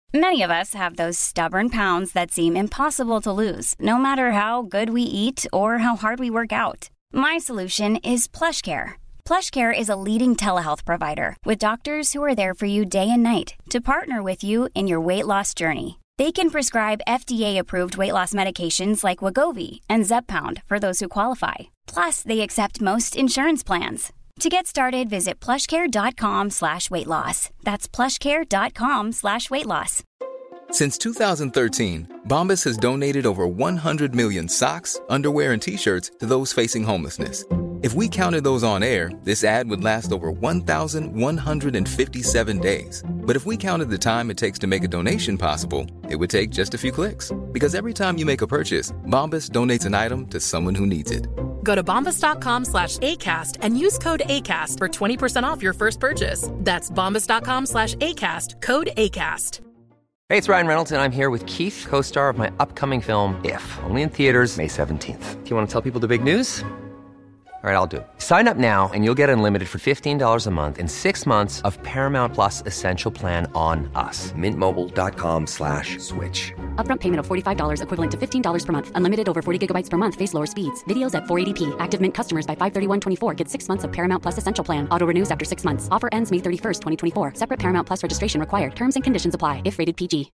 Many of us have those stubborn pounds that seem impossible to lose, no matter how good we eat or how hard we work out. My solution is PlushCare. PlushCare is a leading telehealth provider with doctors who are there for you day and night to partner with you in your weight loss journey. They can prescribe FDA-approved weight loss medications like Wegovy and Zepbound for those who qualify. Plus, they accept most insurance plans. To get started, visit plushcare.com/weight loss. That's plushcare.com/weight loss. Since 2013, Bombas has donated over 100 million socks, underwear, and T-shirts to those facing homelessness. If we counted those on air, this ad would last over 1,157 days. But if we counted the time it takes to make a donation possible, it would take just a few clicks. Because every time you make a purchase, Bombas donates an item to someone who needs it. Go to bombas.com/ACAST and use code ACAST for 20% off your first purchase. That's bombas.com/ACAST, code ACAST. Hey, it's Ryan Reynolds, and I'm here with Keith, co-star of my upcoming film, If, only in theaters May 17th. Do you want to tell people the big news? All right, I'll do it. Sign up now and you'll get unlimited for $15 a month and 6 months of Paramount Plus Essential Plan on us. MintMobile.com/switch. Upfront payment of $45 equivalent to $15 per month. Unlimited over 40 gigabytes per month. Face lower speeds. Videos at 480p. Active Mint customers by 531.24 get 6 months of Paramount Plus Essential Plan. Auto renews after 6 months. Offer ends May 31st, 2024. Separate Paramount Plus registration required. Terms and conditions apply if rated PG.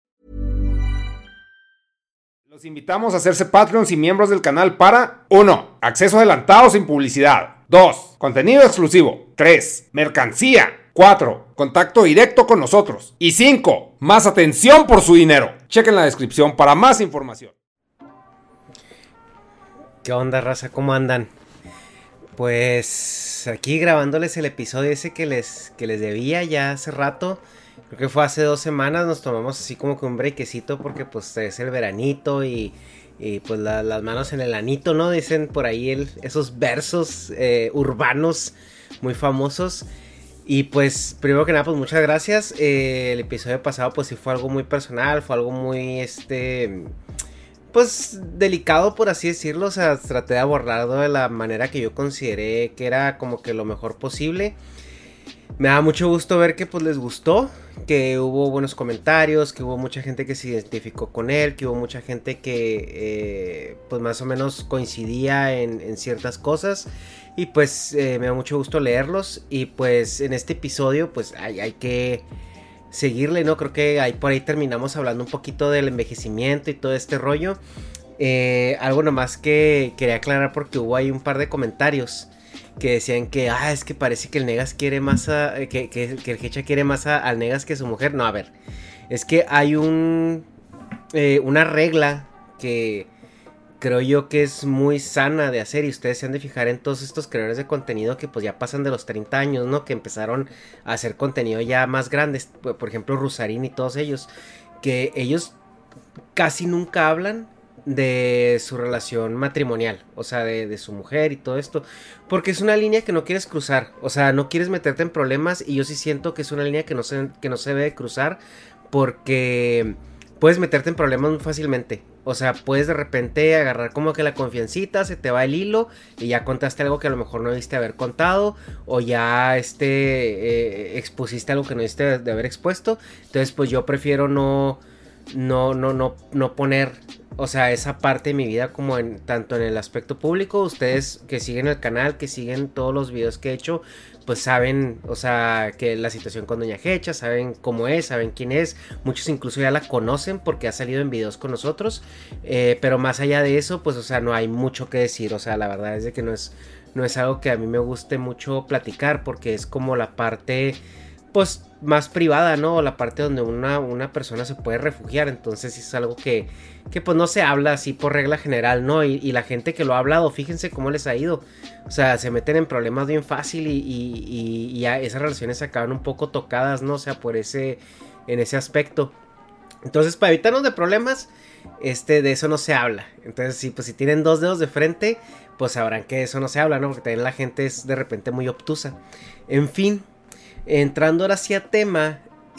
Los invitamos a hacerse Patreons y miembros del canal para 1. Acceso adelantado sin publicidad. 2. Contenido exclusivo. 3. Mercancía. 4. Contacto directo con nosotros. Y 5. Más atención por su dinero. Chequen la descripción para más información. ¿Qué onda, raza? ¿Cómo andan? Pues aquí grabándoles el episodio ese que les debía ya hace rato. Creo que fue hace 2 semanas, nos tomamos así como que un brequecito porque pues es el veranito y pues las manos en el anito, ¿no? Dicen por ahí esos versos urbanos muy famosos. Y pues primero que nada pues muchas gracias. El episodio pasado pues sí fue algo muy personal, fue algo muy pues delicado, por así decirlo. O sea, traté de abordarlo de la manera que yo consideré que era como que lo mejor posible. Me da mucho gusto ver que pues les gustó, que hubo buenos comentarios, que hubo mucha gente que se identificó con él, que hubo mucha gente que pues más o menos coincidía en ciertas cosas. Y pues me da mucho gusto leerlos. Y pues en este episodio pues hay que seguirle, ¿no? Creo que ahí por ahí terminamos hablando un poquito del envejecimiento y todo este rollo. Algo nomás que quería aclarar porque hubo ahí un par de comentarios que decían que es que parece que el Negas quiere más que el Hecha quiere más al Negas que a su mujer. No, a ver, es que hay una regla que creo yo que es muy sana de hacer, y ustedes se han de fijar en todos estos creadores de contenido que pues ya pasan de los 30 años, ¿no? Que empezaron a hacer contenido ya más grandes, por ejemplo Rusarín y todos ellos, que ellos casi nunca hablan de su relación matrimonial, o sea, de su mujer y todo esto, porque es una línea que no quieres cruzar, o sea, no quieres meterte en problemas, y yo sí siento que es una línea que no se debe cruzar, porque puedes meterte en problemas muy fácilmente. O sea, puedes de repente agarrar como que la confiancita, se te va el hilo y ya contaste algo que a lo mejor no debiste haber contado, o ya expusiste algo que no debiste de haber expuesto. Entonces pues yo prefiero no poner, o sea, esa parte de mi vida como tanto en el aspecto público. Ustedes que siguen el canal, que siguen todos los videos que he hecho, pues saben, o sea, que la situación con Doña Hecha, saben cómo es, saben quién es. Muchos incluso ya la conocen porque ha salido en videos con nosotros, pero más allá de eso, pues, o sea, no hay mucho que decir. O sea, la verdad es de que no es algo que a mí me guste mucho platicar, porque es como la parte pues más privada, ¿no? La parte donde una persona se puede refugiar. Entonces es algo que pues no se habla así por regla general, ¿no? Y la gente que lo ha hablado, fíjense cómo les ha ido. O sea, se meten en problemas bien fácil y ya esas relaciones se acaban un poco tocadas, ¿no? O sea, en ese aspecto. Entonces, para evitarnos de problemas, de eso no se habla. Entonces, sí, pues si tienen 2 dedos de frente, pues sabrán que de eso no se habla, ¿no? Porque también la gente es de repente muy obtusa. En fin, entrando ahora sí a tema,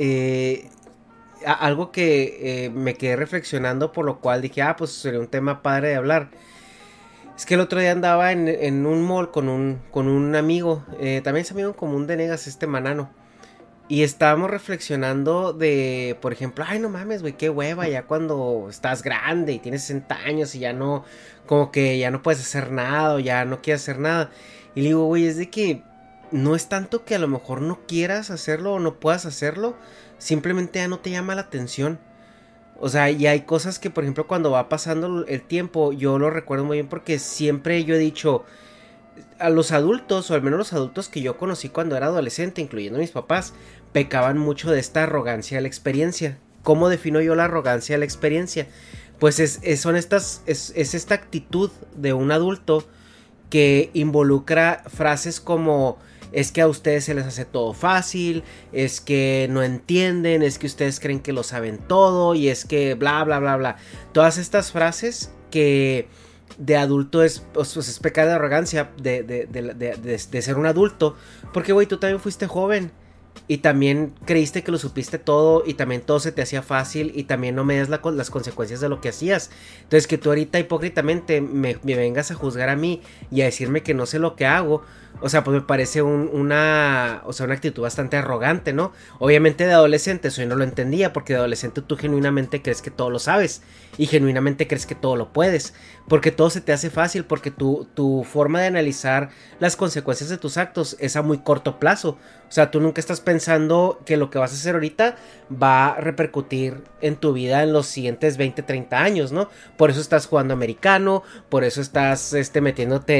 algo que me quedé reflexionando, por lo cual dije, pues sería un tema padre de hablar. Es que el otro día andaba en un mall con un amigo, también es amigo en común de Negas, Manano. Y estábamos reflexionando de, por ejemplo, ay, no mames, güey, qué hueva, ya cuando estás grande y tienes 60 años y ya no, como que ya no puedes hacer nada o ya no quieres hacer nada. Y le digo, güey, es de que no es tanto que a lo mejor no quieras hacerlo o no puedas hacerlo, simplemente ya no te llama la atención. O sea, y hay cosas que, por ejemplo, cuando va pasando el tiempo, yo lo recuerdo muy bien porque siempre yo he dicho, a los adultos, o al menos los adultos que yo conocí cuando era adolescente, incluyendo a mis papás, pecaban mucho de esta arrogancia a la experiencia. ¿Cómo defino yo la arrogancia a la experiencia? Pues es esta actitud de un adulto que involucra frases como: es que a ustedes se les hace todo fácil, es que no entienden, es que ustedes creen que lo saben todo, y es que bla bla bla bla. Todas estas frases que de adulto es pecar de arrogancia de ser un adulto. Porque, güey, tú también fuiste joven y también creíste que lo supiste todo y también todo se te hacía fácil y también no medías las consecuencias de lo que hacías. Entonces, que tú ahorita hipócritamente me vengas a juzgar a mí y a decirme que no sé lo que hago, o sea, pues me parece una actitud bastante arrogante, ¿no? Obviamente de adolescente eso yo no lo entendía, porque de adolescente tú genuinamente crees que todo lo sabes y genuinamente crees que todo lo puedes, porque todo se te hace fácil, porque tu forma de analizar las consecuencias de tus actos es a muy corto plazo. O sea, tú nunca estás pensando que lo que vas a hacer ahorita va a repercutir en tu vida en los siguientes 20, 30 años, ¿no? Por eso estás jugando americano, por eso estás metiéndote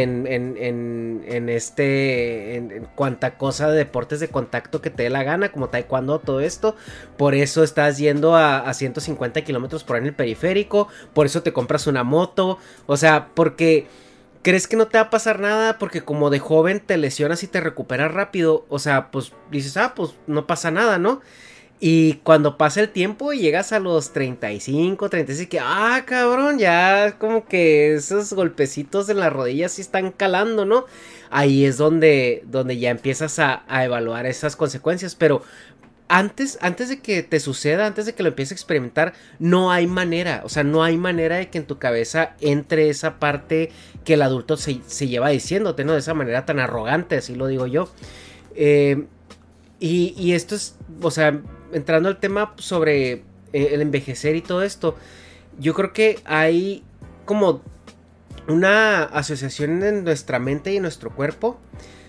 en cuanta cosa de deportes de contacto que te dé la gana, como taekwondo, todo esto. Por eso estás yendo a 150 kilómetros por hora en el periférico, por eso te compras una moto, o sea, porque crees que no te va a pasar nada, porque como de joven te lesionas y te recuperas rápido, o sea, pues dices, pues no pasa nada, ¿no? Y cuando pasa el tiempo y llegas a los 35, 36, que cabrón, ya como que esos golpecitos en las rodillas sí están calando, ¿no? Ahí es donde ya empiezas a evaluar esas consecuencias, pero antes de que te suceda, antes de que lo empieces a experimentar, no hay manera, o sea, no hay manera de que en tu cabeza entre esa parte que el adulto se lleva diciéndote, ¿no? De esa manera tan arrogante, así lo digo yo. Y esto es, o sea, entrando al tema sobre el envejecer y todo esto, yo creo que hay como una asociación en nuestra mente y en nuestro cuerpo,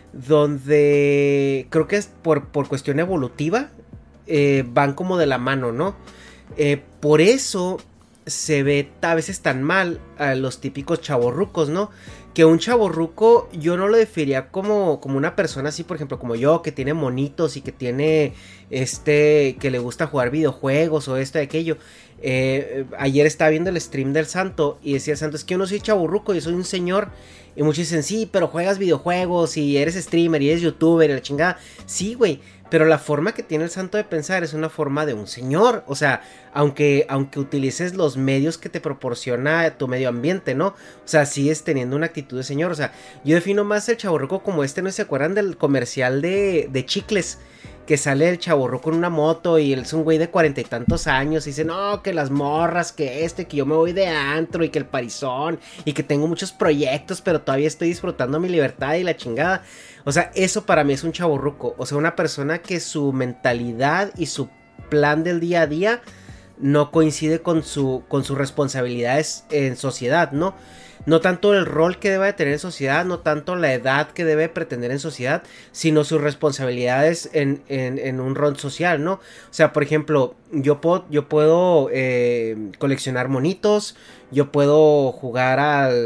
donde creo que es por cuestión evolutiva, van como de la mano, ¿no? Por eso se ve a veces tan mal a los típicos chavorrucos, ¿no? Que un chavorruco yo no lo definiría como una persona así, por ejemplo, como yo, que tiene monitos y que tiene que le gusta jugar videojuegos o esto y aquello. Ayer estaba viendo el stream del Santo y decía el Santo, es que yo no soy chavorruco, yo soy un señor. Y muchos dicen, sí, pero juegas videojuegos y eres streamer y eres youtuber y la chingada. Sí, güey, pero la forma que tiene el Santo de pensar es una forma de un señor. O sea, aunque utilices los medios que te proporciona tu medio ambiente, ¿no? O sea, sigues teniendo una actitud de señor. O sea, yo defino más el chavorruco como ¿no se acuerdan del comercial de chicles? Que sale el chavorruco en una moto y él es un güey de 40 y tantos años y dice, no, que las morras, que que yo me voy de antro y que el parizón y que tengo muchos proyectos, pero todavía estoy disfrutando mi libertad y la chingada. O sea, eso para mí es un chavorruco. O sea, una persona que su mentalidad y su plan del día a día no coincide con sus responsabilidades en sociedad, ¿no? No tanto el rol que debe de tener en sociedad, no tanto la edad que debe pretender en sociedad, sino sus responsabilidades en un rol social, ¿no? O sea, por ejemplo, yo puedo coleccionar monitos, yo puedo jugar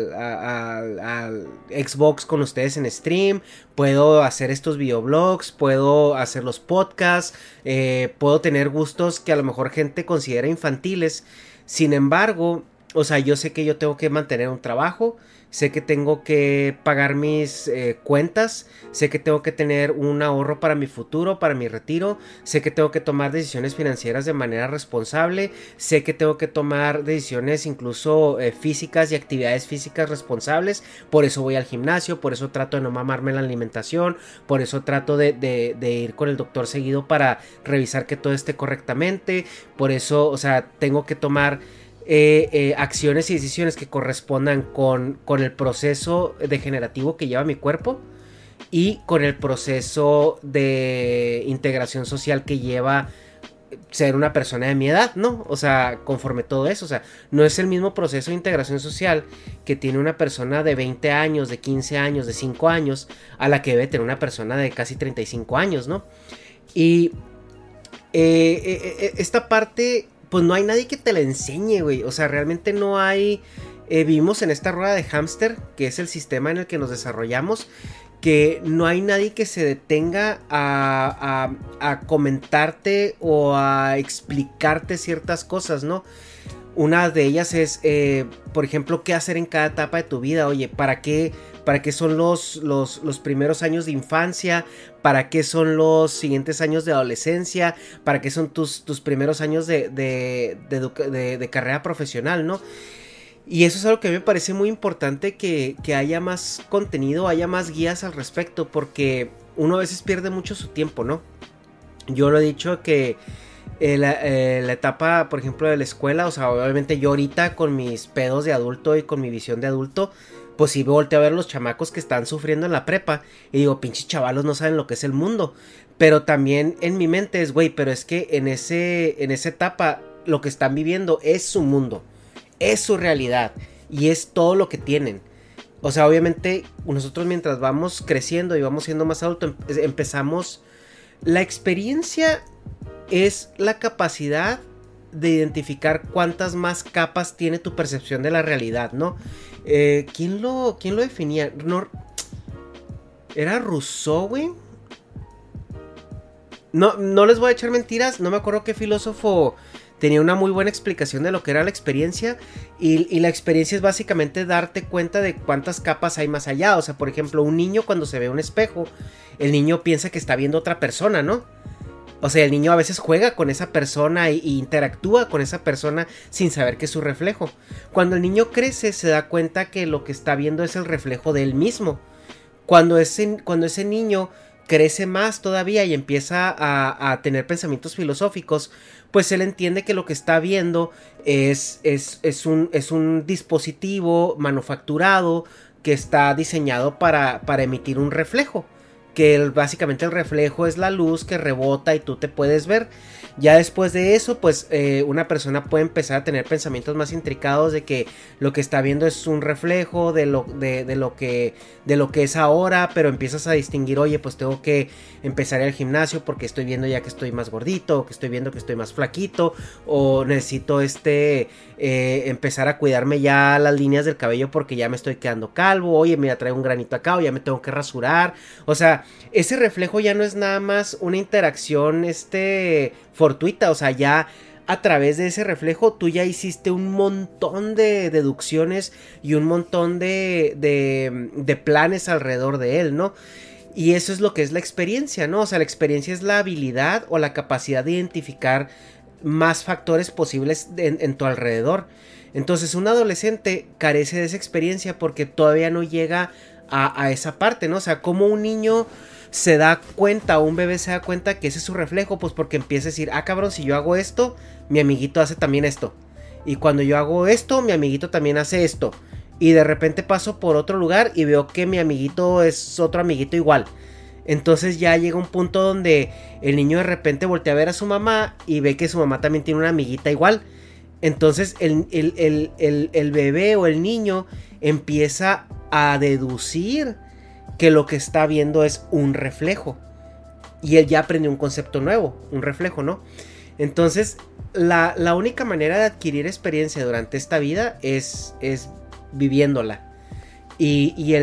al Xbox con ustedes en stream, puedo hacer estos videoblogs, puedo hacer los podcasts, puedo tener gustos que a lo mejor gente considera infantiles. Sin embargo, o sea, yo sé que yo tengo que mantener un trabajo, sé que tengo que pagar mis cuentas, sé que tengo que tener un ahorro para mi futuro, para mi retiro, sé que tengo que tomar decisiones financieras de manera responsable, sé que tengo que tomar decisiones incluso físicas y actividades físicas responsables. Por eso voy al gimnasio, por eso trato de no mamarme la alimentación, por eso trato de ir con el doctor seguido para revisar que todo esté correctamente, por eso, o sea, tengo que tomar acciones y decisiones que correspondan con el proceso degenerativo que lleva mi cuerpo. y con el proceso de integración social que lleva ser una persona de mi edad, ¿no? O sea, conforme todo eso, o sea, no es el mismo proceso de integración social que tiene una persona de 20 años, de 15 años, de 5 años, a la que debe tener una persona de casi 35 años, ¿no? Y esta parte, pues no hay nadie que te la enseñe, güey, o sea, realmente no hay... vivimos en esta rueda de hámster, que es el sistema en el que nos desarrollamos, que no hay nadie que se detenga a comentarte o a explicarte ciertas cosas, ¿no? Una de ellas es, por ejemplo, qué hacer en cada etapa de tu vida. Oye, ¿para qué son los primeros años de infancia? ¿Para qué son los siguientes años de adolescencia? ¿Para qué son tus primeros años de carrera profesional, ¿no? Y eso es algo que a mí me parece muy importante, que haya más contenido, haya más guías al respecto, porque uno a veces pierde mucho su tiempo, ¿no? Yo lo he dicho que la etapa, por ejemplo, de la escuela, o sea, obviamente yo ahorita con mis pedos de adulto y con mi visión de adulto, pues sí volteo a ver los chamacos que están sufriendo en la prepa y digo, pinches chavalos no saben lo que es el mundo. Pero también en mi mente es, güey, pero es que en esa etapa lo que están viviendo es su mundo. Es su realidad y es todo lo que tienen. O sea, obviamente nosotros mientras vamos creciendo y vamos siendo más adultos, empezamos... La experiencia es la capacidad de identificar cuántas más capas tiene tu percepción de la realidad, ¿no? ¿Quién lo definía? No, ¿era Rousseau, güey? No les voy a echar mentiras, no me acuerdo qué filósofo... Tenía una muy buena explicación de lo que era la experiencia y la experiencia es básicamente darte cuenta de cuántas capas hay más allá. O sea, por ejemplo, un niño cuando se ve un espejo, el niño piensa que está viendo otra persona, ¿no? O sea, el niño a veces juega con esa persona e interactúa con esa persona sin saber que es su reflejo. Cuando el niño crece se da cuenta que lo que está viendo es el reflejo de él mismo. Cuando ese niño crece más todavía y empieza a tener pensamientos filosóficos, pues él entiende que lo que está viendo es un dispositivo manufacturado que está diseñado para emitir un reflejo. Que básicamente el reflejo es la luz que rebota y tú te puedes ver. Ya después de eso, pues una persona puede empezar a tener pensamientos más intricados de que lo que está viendo es un reflejo de lo que es ahora, pero empiezas a distinguir, oye, pues tengo que empezar al gimnasio porque estoy viendo ya que estoy más gordito, o que estoy viendo que estoy más flaquito, o necesito empezar a cuidarme ya las líneas del cabello porque ya me estoy quedando calvo, oye, me traigo un granito acá, o ya me tengo que rasurar. O sea, ese reflejo ya no es nada más una interacción fortuita, o sea, ya a través de ese reflejo tú ya hiciste un montón de deducciones y un montón de planes alrededor de él, ¿no? Y eso es lo que es la experiencia, ¿no? O sea, la experiencia es la habilidad o la capacidad de identificar más factores posibles en tu alrededor. Entonces, un adolescente carece de esa experiencia porque todavía no llega a esa parte, ¿no? O sea, como un niño se da cuenta, o un bebé se da cuenta que ese es su reflejo, pues porque empieza a decir, ah, cabrón, si yo hago esto, mi amiguito hace también esto. Y cuando yo hago esto, mi amiguito también hace esto. Y de repente paso por otro lugar y veo que mi amiguito es otro amiguito igual. Entonces ya llega un punto donde el niño de repente voltea a ver a su mamá y ve que su mamá también tiene una amiguita igual. Entonces el bebé o el niño empieza a deducir que lo que está viendo es un reflejo. Y él ya aprendió un concepto nuevo, un reflejo, ¿no? Entonces la única manera de adquirir experiencia durante esta vida es viviéndola. Y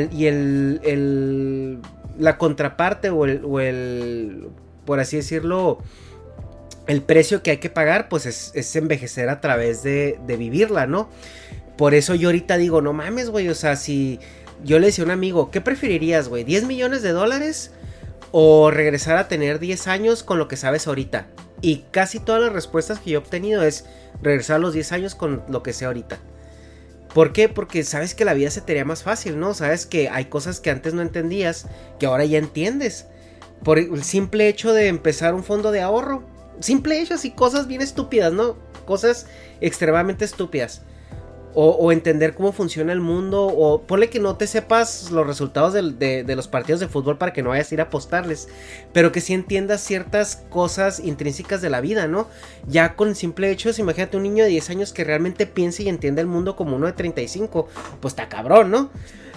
la contraparte o el por así decirlo, el precio que hay que pagar, pues es envejecer a través de vivirla, ¿no? Por eso yo ahorita digo, no mames, güey, o sea, si yo le decía a un amigo, ¿qué preferirías, güey? ¿10 millones de dólares o regresar a tener 10 años con lo que sabes ahorita? Y casi todas las respuestas que yo he obtenido es regresar a los 10 años con lo que sé ahorita. ¿Por qué? Porque sabes que la vida se te haría más fácil, ¿no? Sabes que hay cosas que antes no entendías, que ahora ya entiendes. Por el simple hecho de empezar un fondo de ahorro. Simple hecho, así cosas bien estúpidas, ¿no? Cosas extremadamente estúpidas. o entender cómo funciona el mundo, o ponle que no te sepas los resultados de los partidos de fútbol para que no vayas a ir a apostarles, pero que sí entiendas ciertas cosas intrínsecas de la vida, ¿no? Ya con el simple hecho, imagínate un niño de 10 años que realmente piense y entienda el mundo como uno de 35, pues está cabrón, ¿no?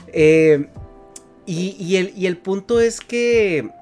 Y el punto es que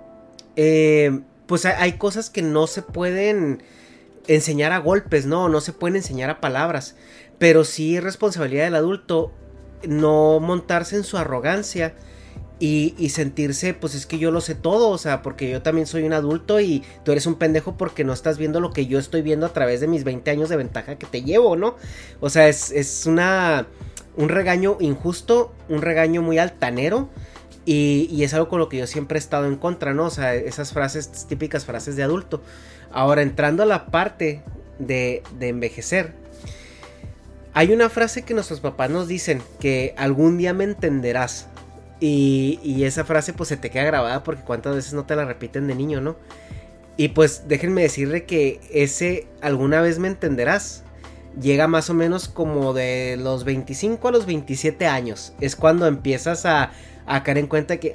pues hay cosas que no se pueden enseñar a golpes, no se pueden enseñar a palabras, pero sí es responsabilidad del adulto no montarse en su arrogancia y sentirse, pues es que yo lo sé todo, o sea, porque yo también soy un adulto y tú eres un pendejo porque no estás viendo lo que yo estoy viendo a través de mis 20 años de ventaja que te llevo, ¿no? O sea, es un regaño injusto, un regaño muy altanero. Y es algo con lo que yo siempre he estado en contra, ¿no? O sea, esas frases, típicas frases de adulto. Ahora, entrando a la parte de envejecer, hay una frase que nuestros papás nos dicen, que algún día me entenderás. Y esa frase pues se te queda grabada porque cuántas veces no te la repiten de niño, ¿no? Y pues déjenme decirle que ese alguna vez me entenderás llega más o menos como de los 25 a los 27 años. Es cuando empiezas a caer en cuenta que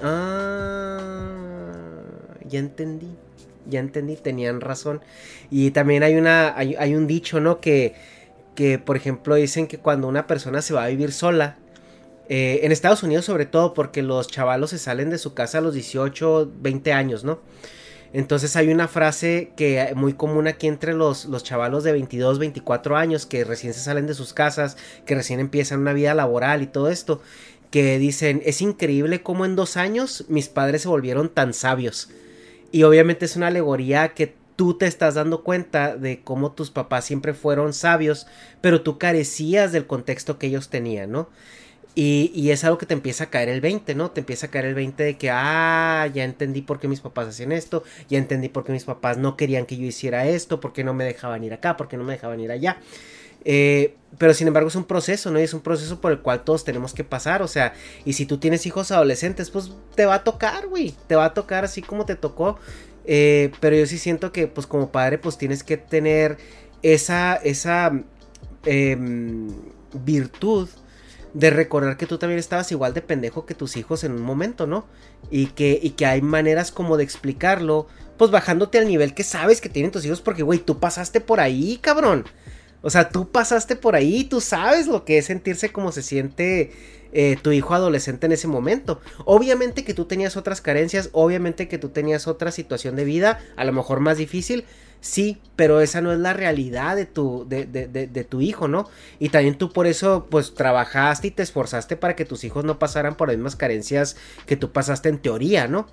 ya entendí, tenían razón. Y también hay un dicho, ¿no? Que por ejemplo dicen que cuando una persona se va a vivir sola, en Estados Unidos sobre todo, porque los chavalos se salen de su casa a los 18, 20 años, ¿no? Entonces hay una frase que muy común aquí entre los chavalos de 22, 24 años que recién se salen de sus casas, que recién empiezan una vida laboral y todo esto, que dicen, es increíble cómo en 2 años mis padres se volvieron tan sabios. Y obviamente es una alegoría que tú te estás dando cuenta de cómo tus papás siempre fueron sabios, pero tú carecías del contexto que ellos tenían, ¿no? Y es algo que te empieza a caer el 20, ¿no? Te empieza a caer el 20 de que, ya entendí por qué mis papás hacían esto, ya entendí por qué mis papás no querían que yo hiciera esto, por qué no me dejaban ir acá, por qué no me dejaban ir allá. Pero sin embargo es un proceso, ¿no? Y es un proceso por el cual todos tenemos que pasar, o sea, y si tú tienes hijos adolescentes, pues te va a tocar, güey, te va a tocar así como te tocó, pero yo sí siento que, pues como padre, pues tienes que tener esa virtud de recordar que tú también estabas igual de pendejo que tus hijos en un momento, ¿no? Y que hay maneras como de explicarlo, pues bajándote al nivel que sabes que tienen tus hijos, porque, güey, tú pasaste por ahí, cabrón. O sea, tú pasaste por ahí, tú sabes lo que es sentirse como se siente tu hijo adolescente en ese momento. Obviamente que tú tenías otras carencias, obviamente que tú tenías otra situación de vida, a lo mejor más difícil, sí, pero esa no es la realidad de tu hijo, ¿no? Y también tú por eso, pues, trabajaste y te esforzaste para que tus hijos no pasaran por las mismas carencias que tú pasaste en teoría, ¿no?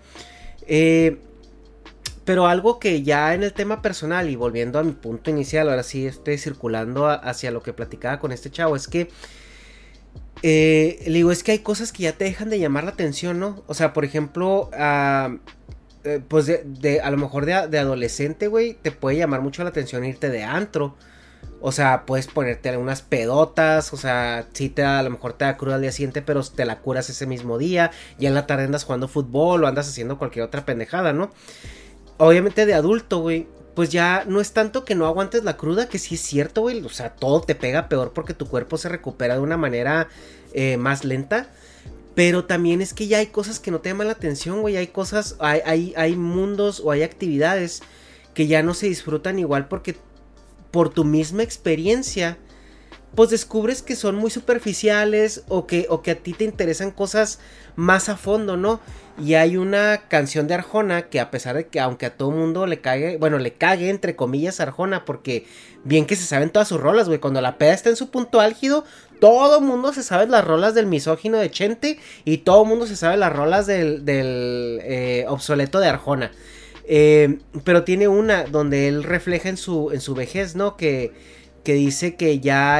Pero algo que ya en el tema personal, y volviendo a mi punto inicial, ahora sí estoy circulando hacia lo que platicaba con este chavo, es que le digo, es que hay cosas que ya te dejan de llamar la atención, ¿no? O sea, por ejemplo, pues a lo mejor de adolescente, güey, te puede llamar mucho la atención irte de antro. O sea, puedes ponerte algunas pedotas, o sea, sí a lo mejor te da cruda al día siguiente, pero te la curas ese mismo día. Ya en la tarde andas jugando fútbol o andas haciendo cualquier otra pendejada, ¿no? Obviamente de adulto, güey, pues ya no es tanto que no aguantes la cruda, que sí es cierto, güey. O sea, todo te pega peor porque tu cuerpo se recupera de una manera más lenta. Pero también es que ya hay cosas que no te llaman la atención, güey. Hay cosas, hay mundos o hay actividades que ya no se disfrutan igual porque por tu misma experiencia, pues descubres que son muy superficiales o que a ti te interesan cosas más a fondo, ¿no? Y hay una canción de Arjona que a pesar de que aunque a todo mundo le cague entre comillas Arjona, porque bien que se saben todas sus rolas, güey, cuando la peda está en su punto álgido, todo mundo se sabe las rolas del misógino de Chente y todo mundo se sabe las rolas del obsoleto de Arjona. Pero tiene una donde él refleja en su vejez, ¿no? Que dice que ya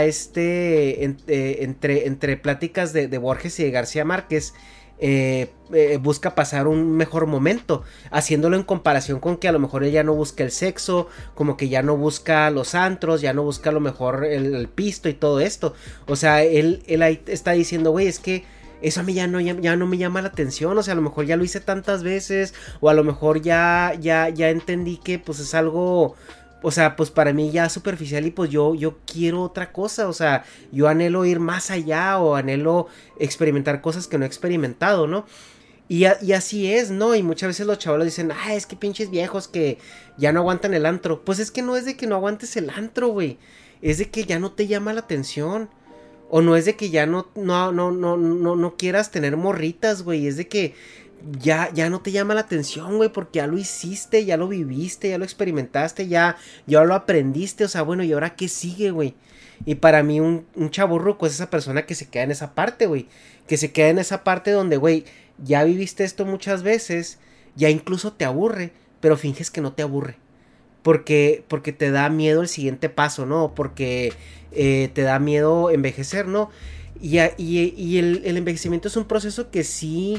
entre pláticas de Borges y de García Márquez busca pasar un mejor momento, haciéndolo en comparación con que a lo mejor él ya no busca el sexo, como que ya no busca los antros, ya no busca a lo mejor el pisto y todo esto. O sea, él ahí está diciendo, güey, es que eso a mí ya no me llama la atención. O sea, a lo mejor ya lo hice tantas veces, o a lo mejor ya entendí que pues es algo o sea, pues para mí ya superficial y pues yo quiero otra cosa, o sea, yo anhelo ir más allá o anhelo experimentar cosas que no he experimentado, ¿no? Y así es, ¿no? Y muchas veces los chavalos dicen, es que pinches viejos que ya no aguantan el antro. Pues es que no es de que no aguantes el antro, güey. Es de que ya no te llama la atención. O no es de que ya no quieras tener morritas, güey. Es de que ya no te llama la atención, güey, porque ya lo hiciste, ya lo viviste, ya lo experimentaste, ya lo aprendiste. O sea, bueno, ¿y ahora qué sigue, güey? Y para mí un chavorruco es esa persona que se queda en esa parte, güey. Que se queda en esa parte donde, güey, ya viviste esto muchas veces, ya incluso te aburre, pero finges que no te aburre. Porque te da miedo el siguiente paso, ¿no? Porque te da miedo envejecer, ¿no? Y el envejecimiento es un proceso que sí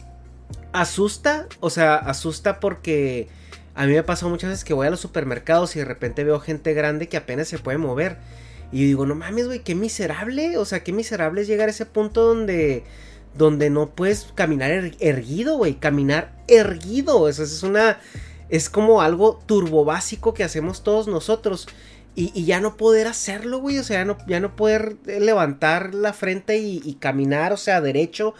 asusta, o sea, asusta porque a mí me ha pasado muchas veces que voy a los supermercados y de repente veo gente grande que apenas se puede mover. Y yo digo, no mames, güey, qué miserable, o sea, qué miserable es llegar a ese punto donde no puedes caminar erguido, güey, caminar erguido, eso es como algo turbo básico que hacemos todos nosotros, y ya no poder hacerlo, güey, o sea, ya no poder levantar la frente y caminar, o sea, derecho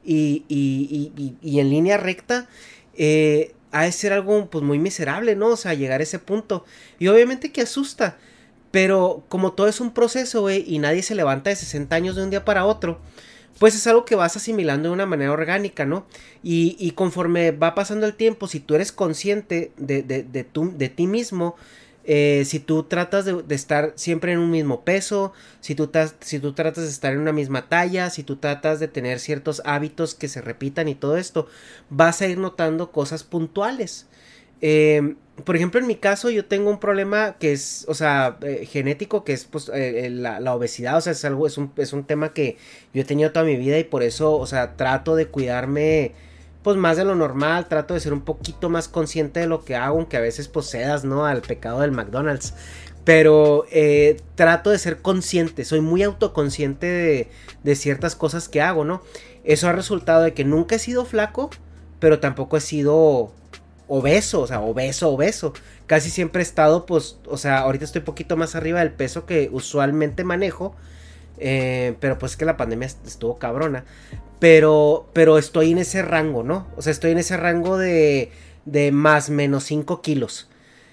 y en línea recta, ha de ser algo, pues, muy miserable, ¿no? O sea, llegar a ese punto, y obviamente que asusta, pero como todo es un proceso, güey, y nadie se levanta de 60 años de un día para otro, pues es algo que vas asimilando de una manera orgánica, ¿no? Y conforme va pasando el tiempo, si tú eres consciente de ti mismo, si tú tratas de estar siempre en un mismo peso, si tú tratas de estar en una misma talla, si tú tratas de tener ciertos hábitos que se repitan y todo esto, vas a ir notando cosas puntuales. Por ejemplo, en mi caso yo tengo un problema que es, o sea, genético, que es, pues, la obesidad, o sea, es un tema que yo he tenido toda mi vida y por eso, o sea, trato de cuidarme, pues, más de lo normal, trato de ser un poquito más consciente de lo que hago, aunque a veces, pues, cedas, ¿no?, al pecado del McDonald's, pero trato de ser consciente, soy muy autoconsciente de ciertas cosas que hago, ¿no? Eso ha resultado de que nunca he sido flaco, pero tampoco he sido obeso, o sea, obeso. Casi siempre he estado, pues, o sea, ahorita estoy un poquito más arriba del peso que usualmente manejo, pero pues es que la pandemia estuvo cabrona. Pero estoy en ese rango, ¿no? O sea, estoy en ese rango de más menos 5 kilos.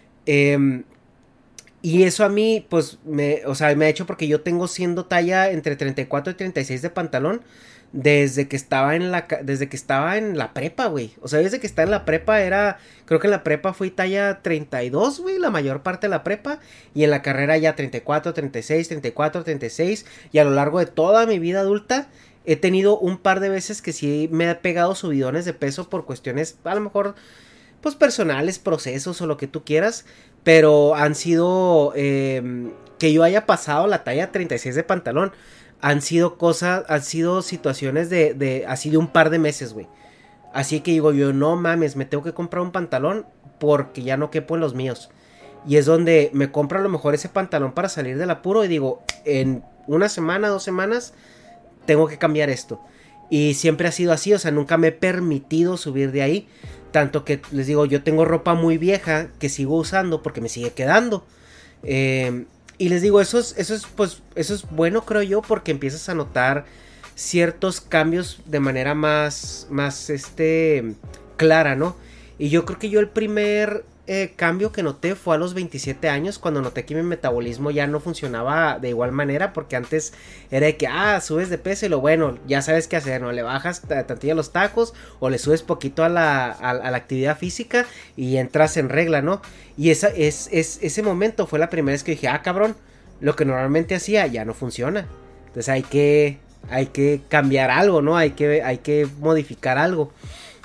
Y eso a mí, pues, me ha hecho porque yo tengo siendo talla entre 34 y 36 de pantalón. Desde que estaba en la prepa, güey. O sea, desde que estaba en la prepa creo que en la prepa fui talla 32, güey, la mayor parte de la prepa. Y en la carrera ya 34, 36, 34, 36. Y a lo largo de toda mi vida adulta he tenido un par de veces que sí me he pegado subidones de peso por cuestiones, a lo mejor, pues, personales, procesos o lo que tú quieras. Pero han sido, que yo haya pasado la talla 36 de pantalón, han sido situaciones así de un par de meses, güey. Así que digo yo, no mames, me tengo que comprar un pantalón porque ya no quepo en los míos. Y es donde me compro a lo mejor ese pantalón para salir del apuro y digo, en una semana, 2 semanas, tengo que cambiar esto. Y siempre ha sido así, o sea, nunca me he permitido subir de ahí. Tanto que les digo, yo tengo ropa muy vieja que sigo usando porque me sigue quedando. Y les digo, eso es bueno, creo yo, porque empiezas a notar ciertos cambios de manera más clara, ¿no? Y yo creo que yo el primer cambio que noté fue a los 27 años, cuando noté que mi metabolismo ya no funcionaba de igual manera, porque antes era de que, subes de peso y lo bueno, ya sabes qué hacer, ¿no? Le bajas tantilla los tacos o le subes poquito a la actividad física y entras en regla, ¿no? Y ese momento fue la primera vez que dije, cabrón, lo que normalmente hacía ya no funciona. Entonces hay que cambiar algo, ¿no? Hay que modificar algo.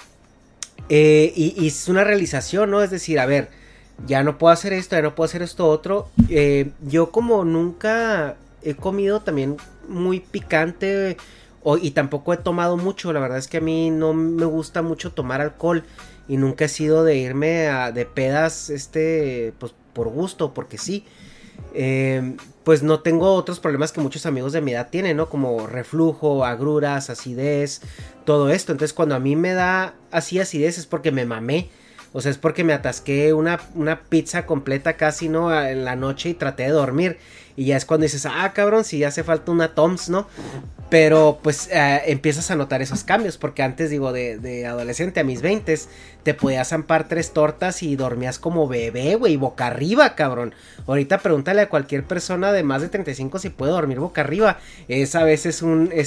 Y es una realización, ¿no? Es decir, a ver, ya no puedo hacer esto, ya no puedo hacer esto otro. Yo como nunca he comido también muy picante y tampoco he tomado mucho, la verdad es que a mí no me gusta mucho tomar alcohol y nunca he sido de irme de pedas, pues por gusto, porque sí. Pues no tengo otros problemas que muchos amigos de mi edad tienen, ¿no? Como reflujo, agruras, acidez, todo esto. Entonces cuando a mí me da así acidez es porque me mamé. O sea, es porque me atasqué una pizza completa casi, ¿no? En la noche y traté de dormir. Y ya es cuando dices, cabrón, si hace falta una Toms, ¿no? Pero pues empiezas a notar esos cambios. Porque antes, digo, de adolescente a mis 20s, te podías zampar 3 tortas y dormías como bebé, güey, boca arriba, cabrón. Ahorita pregúntale a cualquier persona de más de 35 si puede dormir boca arriba. Es a veces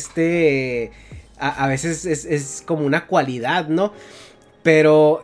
a veces es como una cualidad, ¿no? Pero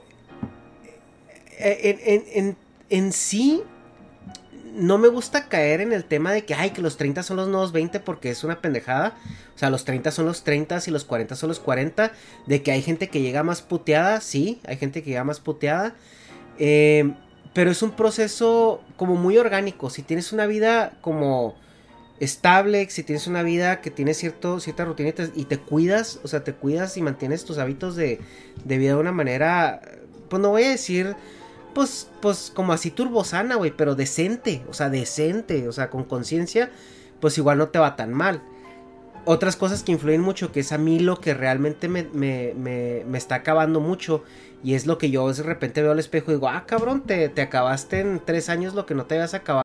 en sí no me gusta caer en el tema de que los 30 son los nuevos 20 porque es una pendejada. O sea, los 30 son los 30 y los 40 son los 40. De que hay gente que llega más puteada, sí, hay gente que llega más puteada. Pero es un proceso como muy orgánico. Si tienes una vida como estable, si tienes una vida que tiene cierta rutina y te cuidas, o sea, te cuidas y mantienes tus hábitos de vida de una manera, pues no voy a decir, pues como así turbosana, güey, pero decente, o sea, con conciencia, pues igual no te va tan mal. Otras cosas que influyen mucho, que es a mí lo que realmente me está acabando mucho, y es lo que yo de repente veo al espejo y digo, cabrón, te acabaste en 3 años lo que no te habías acabado.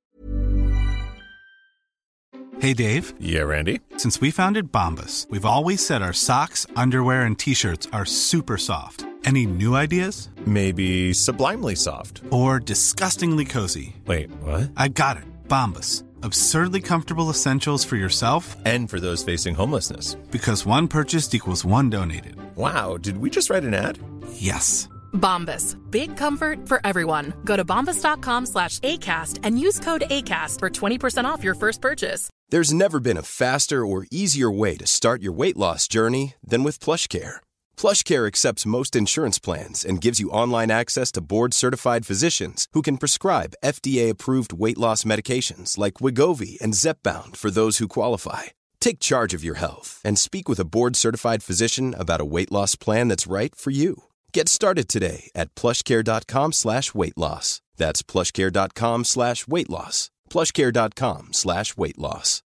Hey, Dave. Yeah, Randy. Since we founded Bombas, we've always said our socks, underwear, and T-shirts are super soft. Any new ideas? Maybe sublimely soft. Or disgustingly cozy. Wait, what? I got it. Bombas. Absurdly comfortable essentials for yourself and for those facing homelessness. Because one purchased equals one donated. Wow, did we just write an ad? Yes. Bombas. Big comfort for everyone. Go to bombas.com/ACAST and use code ACAST for 20% off your first purchase. There's never been a faster or easier way to start your weight loss journey than with PlushCare. PlushCare accepts most insurance plans and gives you online access to board-certified physicians who can prescribe FDA-approved weight loss medications like Wegovy and Zepbound for those who qualify. Take charge of your health and speak with a board-certified physician about a weight loss plan that's right for you. Get started today at plushcare.com/weightloss. That's plushcare.com/weightloss. plushcare.com/weightloss.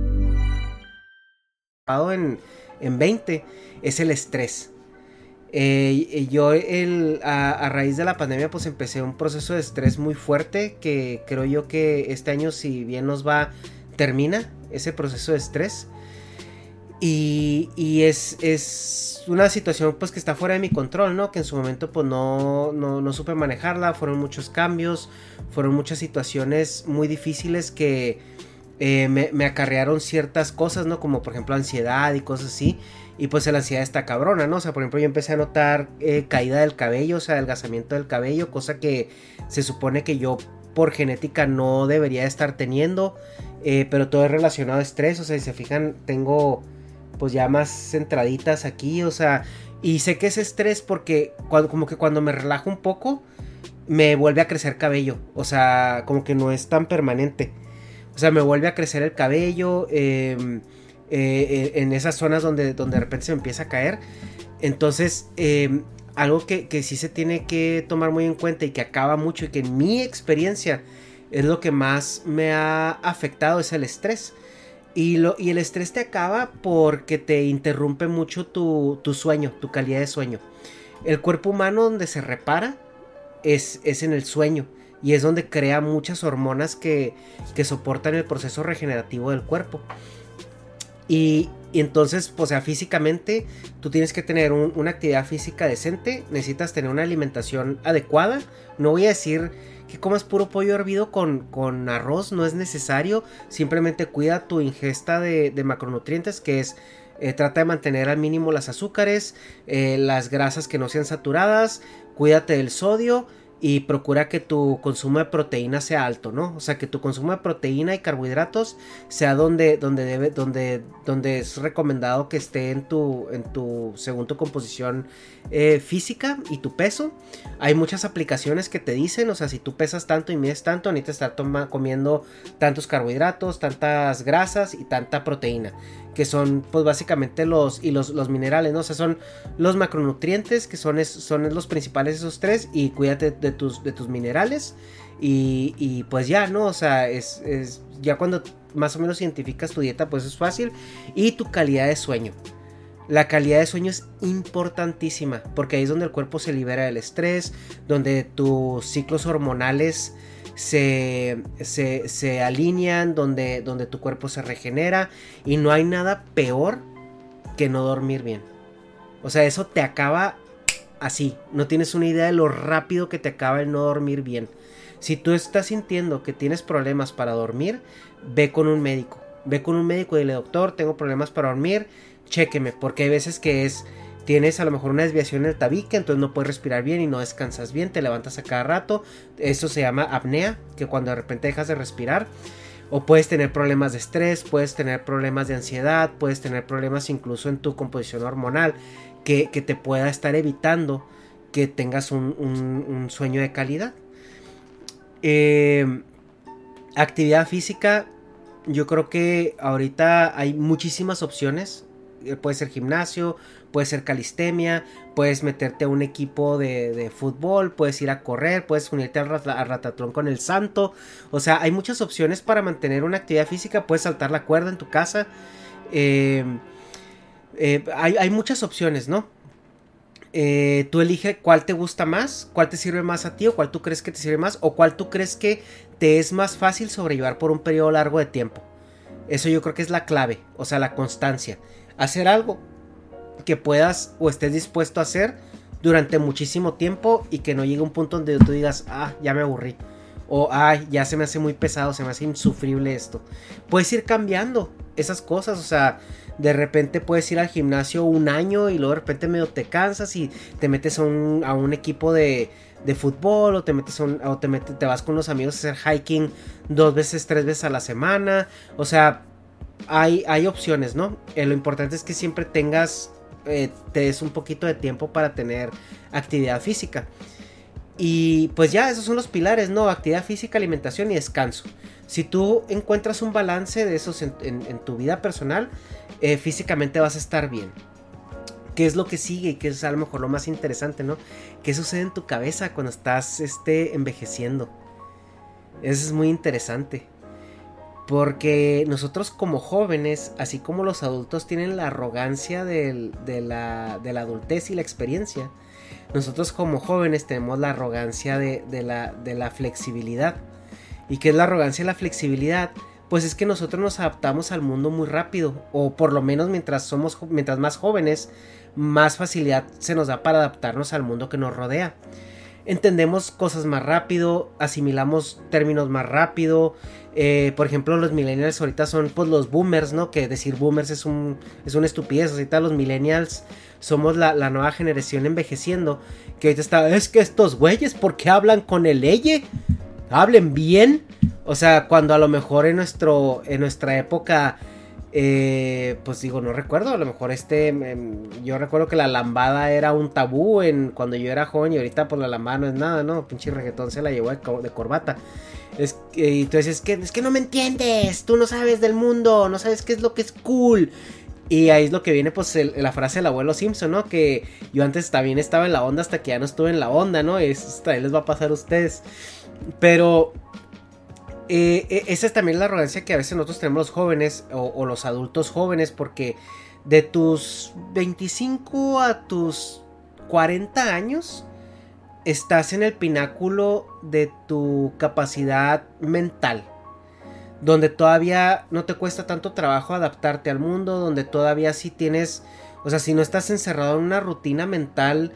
En 20 es el estrés. Yo a raíz de la pandemia pues empecé un proceso de estrés muy fuerte que creo yo que este año, si bien nos va, termina ese proceso de estrés. Y es una situación pues que está fuera de mi control, ¿no? Que en su momento pues no supe manejarla. Fueron muchos cambios, fueron muchas situaciones muy difíciles que me acarrearon ciertas cosas, ¿no? Como por ejemplo ansiedad y cosas así. Y pues la ansiedad está cabrona, ¿no? O sea, por ejemplo yo empecé a notar caída del cabello, o sea, adelgazamiento del cabello, cosa que se supone que yo por genética no debería estar teniendo. Pero todo es relacionado a estrés, o sea, si se fijan tengo pues ya más centraditas aquí, o sea, y sé que es estrés porque como que cuando me relajo un poco me vuelve a crecer cabello, o sea, como que no es tan permanente, o sea, me vuelve a crecer el cabello en esas zonas donde de repente se me empieza a caer. Entonces algo que sí se tiene que tomar muy en cuenta y que acaba mucho y que en mi experiencia es lo que más me ha afectado es el estrés. Y el estrés te acaba porque te interrumpe mucho tu sueño, tu calidad de sueño. El cuerpo humano donde se repara es en el sueño. Y es donde crea muchas hormonas que soportan el proceso regenerativo del cuerpo. Y entonces, pues, o sea, físicamente tú tienes que tener una actividad física decente. Necesitas tener una alimentación adecuada. No voy a decir que comas puro pollo hervido con arroz, no es necesario. Simplemente cuida tu ingesta de macronutrientes, que es trata de mantener al mínimo las azúcares, las grasas que no sean saturadas, cuídate del sodio y procura que tu consumo de proteína sea alto, ¿no? O sea, que tu consumo de proteína y carbohidratos sea donde es recomendado que esté según tu composición física y tu peso. Hay muchas aplicaciones que te dicen, o sea, si tú pesas tanto y mides tanto, necesitas estar comiendo tantos carbohidratos, tantas grasas y tanta proteína, que son pues básicamente los minerales, ¿no? O sea, son los macronutrientes, que son los principales, esos tres, y cuídate de tus minerales y pues ya, ¿no? O sea, es ya cuando más o menos identificas tu dieta, pues es fácil. Y tu calidad de sueño. La calidad de sueño es importantísima, porque ahí es donde el cuerpo se libera del estrés, donde tus ciclos hormonales se alinean, donde tu cuerpo se regenera, y no hay nada peor que no dormir bien. O sea, eso te acaba así. No tienes una idea de lo rápido que te acaba el no dormir bien. Si tú estás sintiendo que tienes problemas para dormir, ve con un médico. Ve con un médico y dile: doctor, tengo problemas para dormir, chéqueme, porque hay veces que tienes a lo mejor una desviación en el tabique, entonces no puedes respirar bien y no descansas bien, te levantas a cada rato. Eso se llama apnea, que cuando de repente dejas de respirar. O puedes tener problemas de estrés, puedes tener problemas de ansiedad, puedes tener problemas incluso en tu composición hormonal, que te pueda estar evitando que tengas un sueño de calidad. Actividad física, yo creo que ahorita hay muchísimas opciones. Puede ser gimnasio, puede ser calistenia, puedes meterte a un equipo de fútbol, puedes ir a correr, puedes unirte al ratatlón con el santo. O sea, hay muchas opciones para mantener una actividad física. Puedes saltar la cuerda en tu casa. Hay muchas opciones, ¿no? Tú elige cuál te gusta más, cuál te sirve más a ti, o cuál tú crees que te sirve más, o cuál tú crees que te es más fácil sobrellevar por un periodo largo de tiempo. Eso yo creo que es la clave, o sea, la constancia. Hacer algo que puedas o estés dispuesto a hacer durante muchísimo tiempo y que no llegue a un punto donde tú digas: ya me aburrí, o ya se me hace muy pesado, se me hace insufrible esto. Puedes ir cambiando esas cosas, o sea, de repente puedes ir al gimnasio un año y luego de repente medio te cansas y te metes a un equipo de fútbol, o te vas con los amigos a hacer hiking 2 veces, 3 veces a la semana. O sea, hay opciones, ¿no? Lo importante es que siempre te des un poquito de tiempo para tener actividad física. Y pues ya, esos son los pilares, ¿no? Actividad física, alimentación y descanso. Si tú encuentras un balance de esos en tu vida personal, físicamente vas a estar bien. ¿Qué es lo que sigue? Y que es a lo mejor lo más interesante, ¿no? ¿Qué sucede en tu cabeza cuando estás envejeciendo? Eso es muy interesante. Porque nosotros como jóvenes, así como los adultos tienen la arrogancia de la adultez y la experiencia, nosotros como jóvenes tenemos la arrogancia de la flexibilidad. ¿Y qué es la arrogancia y la flexibilidad? Pues es que nosotros nos adaptamos al mundo muy rápido, o por lo menos mientras más jóvenes, más facilidad se nos da para adaptarnos al mundo que nos rodea. Entendemos cosas más rápido, asimilamos términos más rápido. Por ejemplo, los millennials ahorita son pues los boomers, ¿no? Que decir boomers es una estupidez. Ahorita los millennials somos la nueva generación envejeciendo. Que ahorita es que estos güeyes, ¿por qué hablan con el leye? Hablen bien. O sea, cuando a lo mejor en nuestra época, pues digo, no recuerdo, a lo mejor yo recuerdo que la lambada era un tabú cuando yo era joven, y ahorita pues la lambada no es nada, ¿no? Pinche reggaetón se la llevó de corbata. Y entonces es que no me entiendes, tú no sabes del mundo, no sabes qué es lo que es cool. Y ahí es lo que viene pues la frase del abuelo Simpson, ¿no? Que yo antes también estaba en la onda hasta que ya no estuve en la onda, ¿no? Eso también les va a pasar a ustedes. Pero esa es también la arrogancia que a veces nosotros tenemos los jóvenes o los adultos jóvenes, porque de tus 25 a tus 40 años estás en el pináculo de tu capacidad mental, donde todavía no te cuesta tanto trabajo adaptarte al mundo, donde todavía sí tienes, o sea, si no estás encerrado en una rutina mental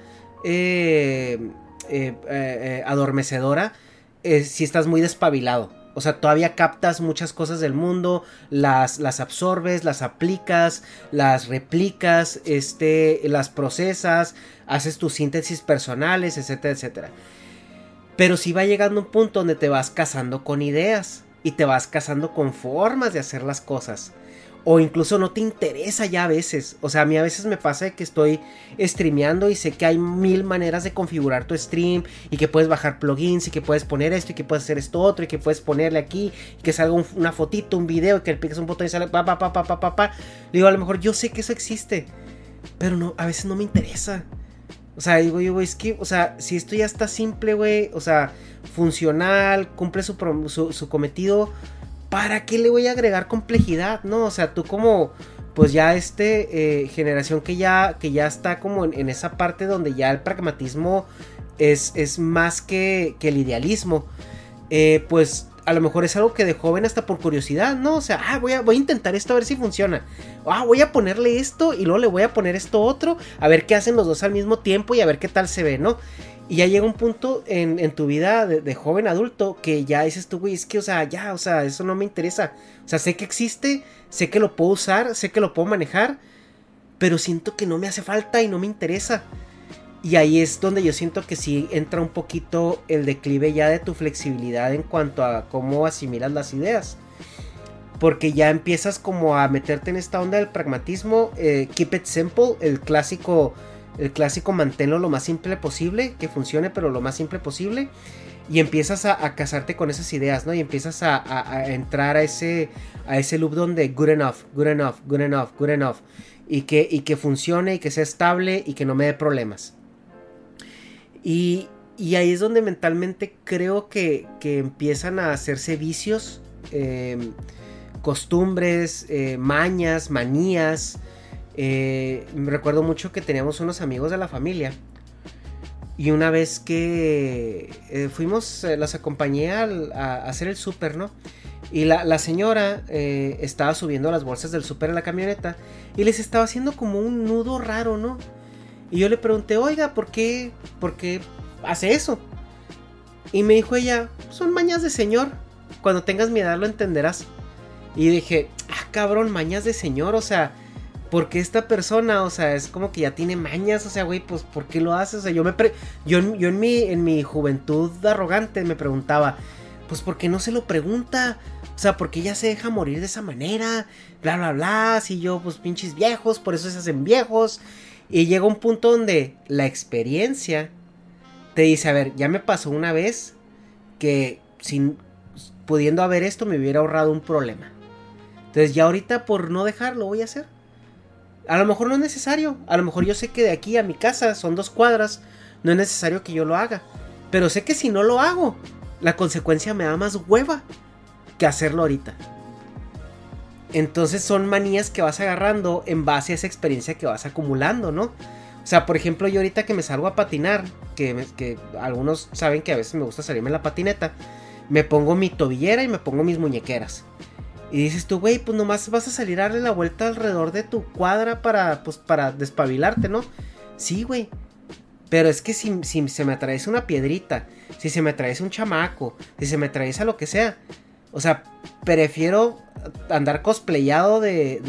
adormecedora, si estás muy despabilado. O sea, todavía captas muchas cosas del mundo, las absorbes, las aplicas, las replicas, las procesas, haces tus síntesis personales, etcétera, etcétera. Pero sí va llegando un punto donde te vas casando con ideas y te vas casando con formas de hacer las cosas. O incluso no te interesa ya a veces. O sea, a mí a veces me pasa que estoy streameando y sé que hay 1000 maneras de configurar tu stream, y que puedes bajar plugins, y que puedes poner esto, y que puedes hacer esto otro, y que puedes ponerle aquí, y que salga una fotito, un video, y que le piques un botón y sale Digo, a lo mejor yo sé que eso existe, pero no, a veces no me interesa. O sea, digo yo, güey, es que, o sea, si esto ya está simple, güey, o sea, funcional, cumple su cometido, ¿para qué le voy a agregar complejidad? No, o sea, tú como pues ya generación que ya está como en esa parte donde ya el pragmatismo es más que el idealismo, pues a lo mejor es algo que de joven hasta por curiosidad, ¿no? O sea, voy a intentar esto a ver si funciona. Voy a ponerle esto y luego le voy a poner esto otro, a ver qué hacen los dos al mismo tiempo y a ver qué tal se ve, ¿no? Y ya llega un punto en tu vida de joven adulto que ya dices tú, güey, es que, o sea, eso no me interesa. O sea, sé que existe, sé que lo puedo usar, sé que lo puedo manejar, pero siento que no me hace falta y no me interesa. Y ahí es donde yo siento que sí entra un poquito el declive ya de tu flexibilidad en cuanto a cómo asimilas las ideas. Porque ya empiezas como a meterte en esta onda del pragmatismo. Keep it simple, el clásico manténlo lo más simple posible, que funcione pero lo más simple posible. Y empiezas a casarte con esas ideas, ¿no? Y empiezas a entrar a ese loop donde good enough, good enough, good enough, good enough. Y que funcione y que sea estable y que no me dé problemas. Y ahí es donde mentalmente creo que empiezan a hacerse vicios, costumbres, mañas, manías. Me recuerdo mucho que teníamos unos amigos de la familia. Y una vez que fuimos, los acompañé a hacer el súper, ¿no? Y la señora estaba subiendo las bolsas del súper en la camioneta y les estaba haciendo como un nudo raro, ¿no? Y yo le pregunté, oiga, ¿por qué hace eso? Y me dijo ella, son mañas de señor. Cuando tengas mi edad lo entenderás. Y dije, cabrón, mañas de señor, o sea, ¿por qué esta persona, o sea, es como que ya tiene mañas? O sea, güey, pues, ¿por qué lo hace? O sea, yo en mi juventud arrogante me preguntaba, pues, ¿por qué no se lo pregunta? O sea, ¿por qué ella se deja morir de esa manera? Bla, bla, bla, si yo, pues, pinches viejos, por eso se hacen viejos. Y llega un punto donde la experiencia te dice, a ver, ya me pasó una vez que pudiendo haber esto me hubiera ahorrado un problema. Entonces ya ahorita por no dejarlo voy a hacer. A lo mejor no es necesario. A lo mejor yo sé que de aquí a mi casa son 2 cuadras. No es necesario que yo lo haga. Pero sé que si no lo hago, la consecuencia me da más hueva que hacerlo ahorita. Entonces son manías que vas agarrando en base a esa experiencia que vas acumulando, ¿no? O sea, por ejemplo, yo ahorita que me salgo a patinar, que algunos saben que a veces me gusta salirme en la patineta, me pongo mi tobillera y me pongo mis muñequeras. Y dices tú, güey, pues nomás vas a salir a darle la vuelta alrededor de tu cuadra para despabilarte, ¿no? Sí, güey. Pero es que si se me atraviesa una piedrita, si se me atraviesa un chamaco, si se me atraviesa lo que sea, o sea, prefiero andar cosplayado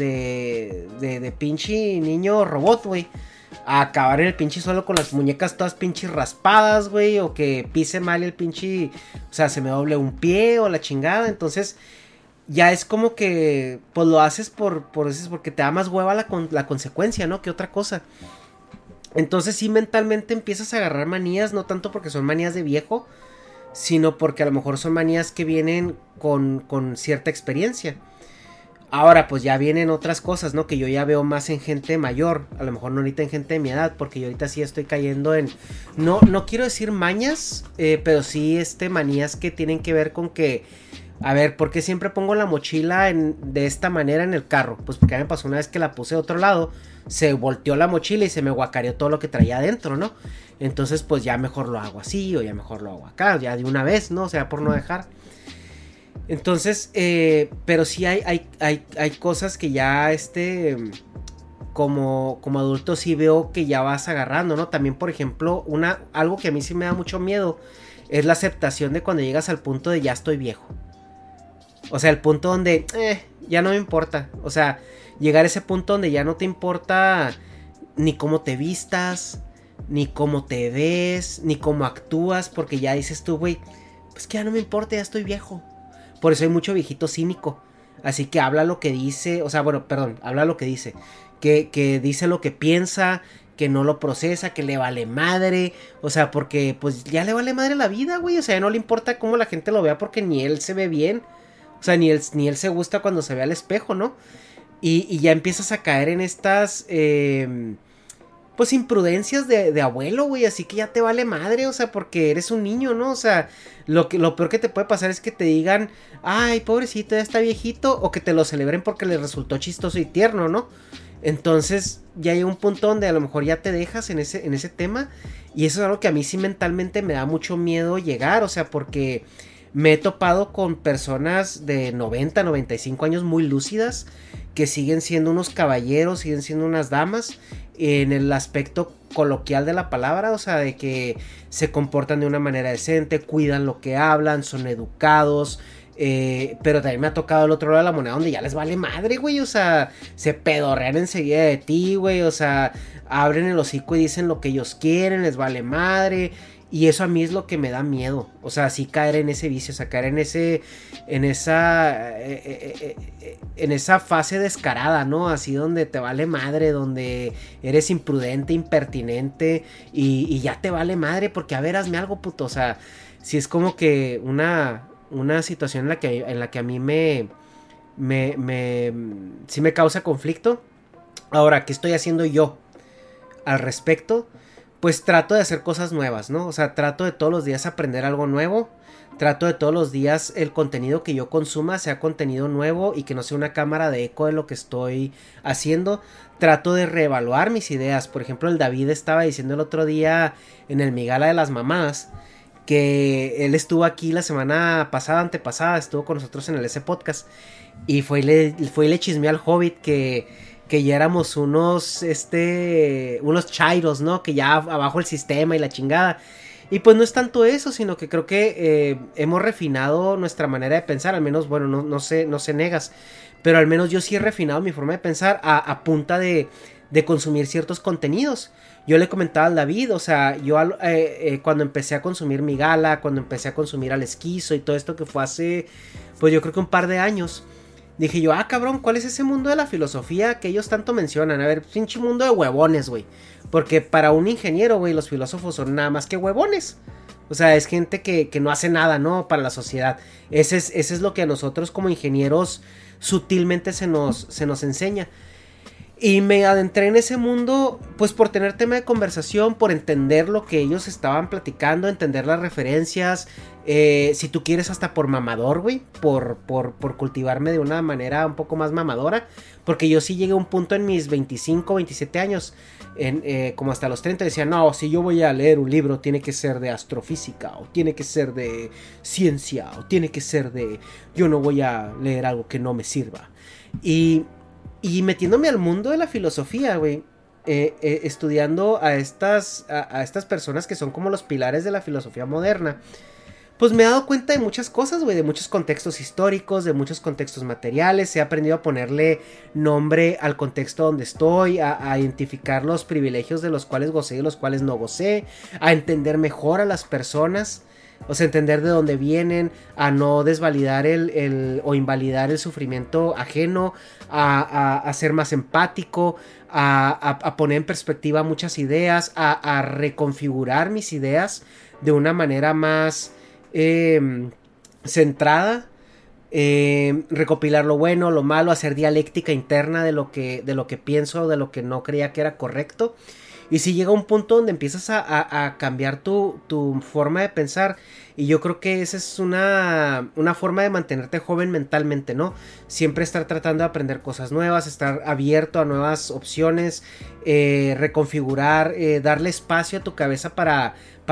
de pinche niño robot, güey, a acabar en el pinche suelo con las muñecas todas pinches raspadas, güey, o que pise mal el pinche, o sea, se me doble un pie o la chingada. Entonces ya es como que pues lo haces porque te da más hueva la consecuencia, ¿no? Que otra cosa. Entonces sí, mentalmente empiezas a agarrar manías, no tanto porque son manías de viejo, sino porque a lo mejor son manías que vienen con cierta experiencia. Ahora pues ya vienen otras cosas, ¿no? Que yo ya veo más en gente mayor, a lo mejor no ahorita en gente de mi edad, porque yo ahorita sí estoy cayendo en, no quiero decir mañas, pero sí manías que tienen que ver con que, a ver, ¿por qué siempre pongo la mochila de esta manera en el carro? Pues porque a mí me pasó una vez que la puse de otro lado, se volteó la mochila y se me guacareó todo lo que traía adentro, ¿no? Entonces pues ya mejor lo hago así o ya mejor lo hago acá, ya de una vez, ¿no? O sea, por no dejar. Entonces, pero sí hay cosas que ya como adulto sí veo que ya vas agarrando, ¿no? También, por ejemplo, algo que a mí sí me da mucho miedo es la aceptación de cuando llegas al punto de ya estoy viejo. O sea, el punto donde ya no me importa. O sea, llegar a ese punto donde ya no te importa ni cómo te vistas, ni cómo te ves, ni cómo actúas, porque ya dices tú, güey, pues que ya no me importa, ya estoy viejo. Por eso hay mucho viejito cínico. Así que habla lo que dice. O sea, bueno, perdón, habla lo que dice. Que dice lo que piensa, que no lo procesa, que le vale madre. O sea, porque pues ya le vale madre la vida, güey. O sea, ya no le importa cómo la gente lo vea porque ni él se ve bien. O sea, ni él se gusta cuando se ve al espejo, ¿no? Y ya empiezas a caer en estas pues imprudencias de abuelo, güey, así que ya te vale madre, o sea, porque eres un niño, ¿no? O sea, lo peor que te puede pasar es que te digan, ay, pobrecito, ya está viejito, o que te lo celebren porque les resultó chistoso y tierno, ¿no? Entonces ya hay un punto donde a lo mejor ya te dejas en ese tema, y eso es algo que a mí sí mentalmente me da mucho miedo llegar, o sea, porque me he topado con personas de 90, 95 años muy lúcidas, que siguen siendo unos caballeros, siguen siendo unas damas, en el aspecto coloquial de la palabra, o sea, de que se comportan de una manera decente, cuidan lo que hablan, son educados, pero también me ha tocado el otro lado de la moneda donde ya les vale madre, güey, o sea, se pedorrean enseguida de ti, güey, o sea, abren el hocico y dicen lo que ellos quieren, les vale madre. Y eso a mí es lo que me da miedo. O sea, sí caer en ese vicio, o sea, caer en esa fase descarada, ¿no? Así donde te vale madre, donde eres imprudente, impertinente y ya te vale madre porque a ver, hazme algo, puto. O sea, sí es como que una situación en la que a mí sí me causa conflicto. Ahora, ¿qué estoy haciendo yo al respecto? Pues trato de hacer cosas nuevas, ¿no? O sea, trato de todos los días aprender algo nuevo. Trato de todos los días el contenido que yo consuma sea contenido nuevo y que no sea una cámara de eco de lo que estoy haciendo. Trato de reevaluar mis ideas. Por ejemplo, el David estaba diciendo el otro día en el Migala de las Mamás que él estuvo aquí la semana pasada, antepasada, estuvo con nosotros en el S Podcast y fue y le chismeó al Hobbit que ya éramos unos chairos, ¿no? Que ya abajo el sistema y la chingada. Y pues no es tanto eso, sino que creo que hemos refinado nuestra manera de pensar, al menos, bueno, no sé negas, pero al menos yo sí he refinado mi forma de pensar a punta de consumir ciertos contenidos. Yo le comentaba al David, o sea, yo cuando empecé a consumir Migala, cuando empecé a consumir al Esquizo y todo esto que fue hace, pues yo creo que un par de años, dije yo, cabrón, ¿cuál es ese mundo de la filosofía que ellos tanto mencionan? A ver, pinche mundo de huevones, güey. Porque para un ingeniero, güey, los filósofos son nada más que huevones. O sea, es gente que no hace nada, ¿no? Para la sociedad. Ese es lo que a nosotros como ingenieros sutilmente se nos enseña. Y me adentré en ese mundo, pues por tener tema de conversación, por entender lo que ellos estaban platicando, entender las referencias, si tú quieres hasta por mamador, güey, por cultivarme de una manera un poco más mamadora, porque yo sí llegué a un punto en mis 25, 27 años, como hasta los 30, decía, no, si yo voy a leer un libro, tiene que ser de astrofísica, o tiene que ser de ciencia, o tiene que ser yo no voy a leer algo que no me sirva. Y metiéndome al mundo de la filosofía, güey, estudiando a estas personas que son como los pilares de la filosofía moderna, pues me he dado cuenta de muchas cosas, güey, de muchos contextos históricos, de muchos contextos materiales. He aprendido a ponerle nombre al contexto donde estoy, a identificar los privilegios de los cuales gocé y de los cuales no gocé, a entender mejor a las personas. O sea, entender de dónde vienen, a no desvalidar o invalidar el sufrimiento ajeno, a ser más empático, a poner en perspectiva muchas ideas, a reconfigurar mis ideas de una manera más centrada, recopilar lo bueno, lo malo, hacer dialéctica interna de lo que pienso, de lo que no creía que era correcto. Y si llega un punto donde empiezas a cambiar tu forma de pensar, y yo creo que esa es una forma de mantenerte joven mentalmente, ¿no? Siempre estar tratando de aprender cosas nuevas, estar abierto a nuevas opciones, reconfigurar, darle espacio a tu cabeza para